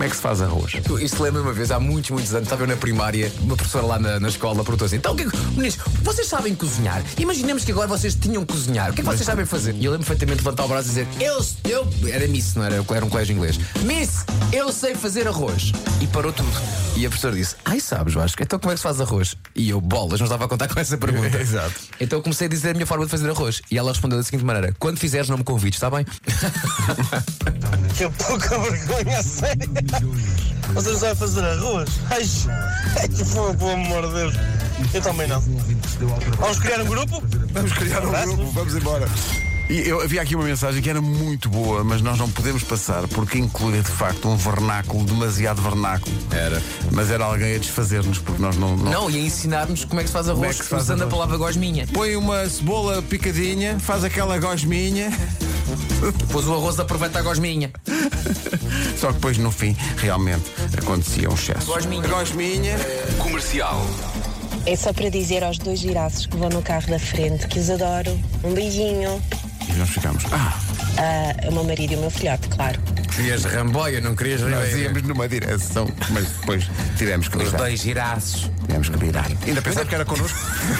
é que se faz arroz? Isso lembra-me uma vez, há muitos anos, estava eu na primária, uma professora lá na escola perguntou assim: então, meninos, vocês sabem cozinhar? Imaginemos que agora vocês tinham que cozinhar. O que é que vocês sabem fazer? E eu lembro perfeitamente de levantar o braço e dizer: eu era Miss, não era? Era um colégio inglês. Miss, eu sei fazer arroz. E parou tudo. E a professora disse: ai, sabes, Vasco, então como é que se faz arroz? E eu, bolas, não estava a contar com essa pergunta. Exato. Então eu comecei a dizer a minha forma de fazer arroz. E ela respondeu da seguinte maneira: quando fizeres, não me convides, está bem? Que pouca vergonha, a sério. Vocês não sabem fazer arroz? Ai, pelo amor de Deus. Eu também não. Vamos criar um grupo? Vamos criar um grupo, vamos embora. E havia aqui uma mensagem que era muito boa, mas nós não podemos passar porque incluía de facto um vernáculo, demasiado vernáculo. Era. Mas era alguém a desfazer-nos porque nós não. Não, e a ensinar-nos como é que se faz arroz, usando a palavra gosminha. Põe uma cebola picadinha, faz aquela gosminha. Depois o arroz aproveita a gosminha. Só que depois no fim realmente acontecia um excesso. Gosminha. Gosminha. Comercial. É só para dizer aos 2 girassos que vão no carro da frente que os adoro. Um beijinho. E nós ficámos. O meu marido e o meu filhote, claro. Querias ramboia, não querias Nós ramboia? íamos numa direção, mas depois tivemos que Os virar. 2 giraços. Tivemos que virar. Ainda pensava que era connosco.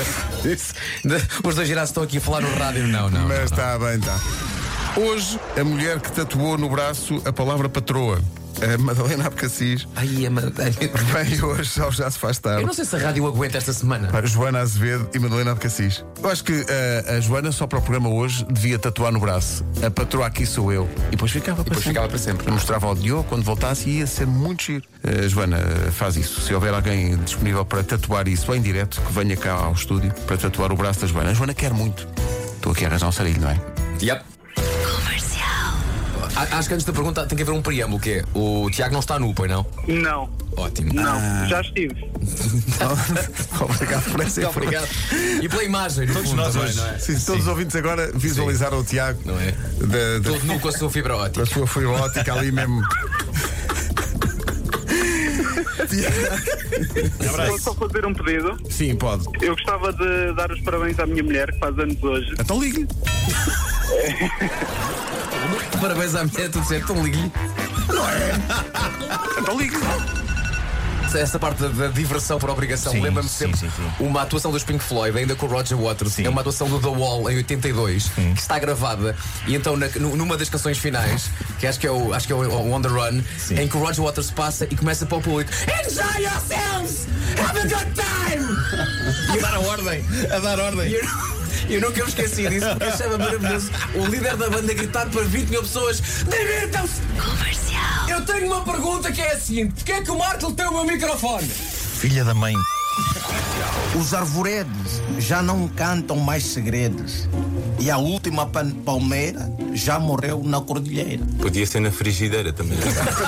Os 2 giraços estão aqui a falar no rádio. Não. Mas está bem, está. Hoje, a mulher que tatuou no braço a palavra patroa, a Madalena Abcacis, Ai, vem hoje ao Já Se Faz Tarde. eu não sei se a rádio aguenta esta semana. Para Joana Azevedo e Madalena Abcacis. Eu acho que a Joana, só para o programa hoje, devia tatuar no braço: a patroa aqui sou eu. E depois ficava para sempre. Mostrava ao Diogo quando voltasse e ia ser muito giro. Joana, faz isso. Se houver alguém disponível para tatuar isso em direto, que venha cá ao estúdio para tatuar o braço da Joana. A Joana quer muito. Estou aqui a arranjar um sarilho, não é? Yep. Acho que antes da pergunta tem que haver um preâmbulo, que é: o Tiago não está nu, pois não? Não, Ótimo. não, já estive. Obrigado por essa Muito obrigado. E pela imagem, Todos nós também, hoje. não é? Sim, todos os ouvintes agora visualizaram o Tiago, Não é? Todo nu com a sua fibra com ótica. a sua fibra ótica ali mesmo. Vou só fazer um pedido. Sim, pode. Eu gostava de dar os parabéns à minha mulher, que faz anos hoje. Então ligue-lhe. Parabéns à mulher, tudo certo, tão ligue-lhe. Então ligue-lhe. Essa parte da diversão por obrigação, Sim, lembra-me sim, sempre sim. uma atuação dos Pink Floyd, ainda com o Roger Waters. Sim. É uma atuação do The Wall em 82, que está gravada. E então, numa das canções finais, que acho que é o On the Run, Sim. em que o Roger Waters passa e começa para o público: Enjoy yourselves! Have a good time! A dar ordem. E eu nunca me esqueci disso, porque achava maravilhoso o líder da banda gritar para 20 mil pessoas: divirtam-se! Comercial. Eu tenho uma pergunta que é a seguinte: porquê é que o Marco tem o meu microfone? Filha da mãe. Os arvoredos já não cantam mais segredos. E a última palmeira já morreu na cordilheira. Podia ser na frigideira também.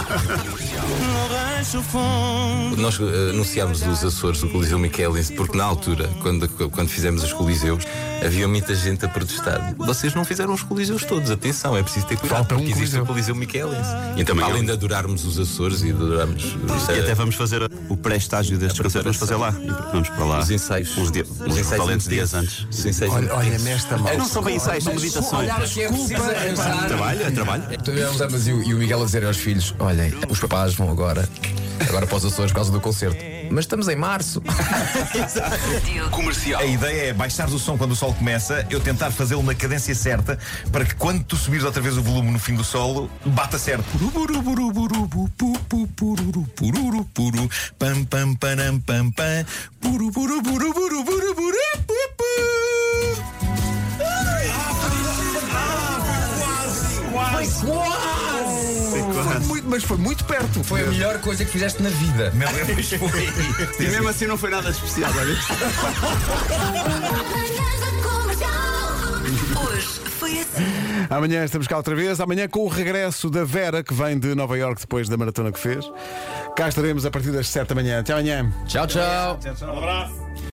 Nós anunciámos os Açores do Coliseu Michelense porque na altura, quando fizemos os Coliseus, havia muita gente a protestar. Vocês não fizeram os Coliseus todos, atenção, é preciso ter cuidado, Falta um porque existe o Coliseu Michelense. E então, além de adorarmos os Açores e de adorarmos E até vamos fazer o pré-estágio destes concertos, vamos fazer lá. E vamos para lá. os ensaios. Uns valentes dias intensos. antes. Os ensaios Olha-me esta mal. Não são bem ensaios, são meditações. Olhar que é preciso arranjar. Trabalho, é trabalho. Os Amas e o Miguel a dizer aos filhos: olhem, os papás vão agora para os Açores por causa do concerto. Mas estamos em março. Comercial. A ideia é baixar o som quando o sol começa, eu tentar fazê-lo na cadência certa, para que quando tu subires outra vez o volume no fim do solo, bata certo. Pam pam param pam pam. Mas foi muito perto. Foi a melhor coisa que fizeste na vida. Meu Deus, foi. E mesmo assim não foi nada especial, olha. Hoje foi assim. Amanhã estamos cá outra vez. Amanhã com o regresso da Vera, que vem de Nova Iorque depois da maratona que fez. Cá estaremos a partir das 7 da manhã. Até amanhã. Tchau, tchau. Um abraço.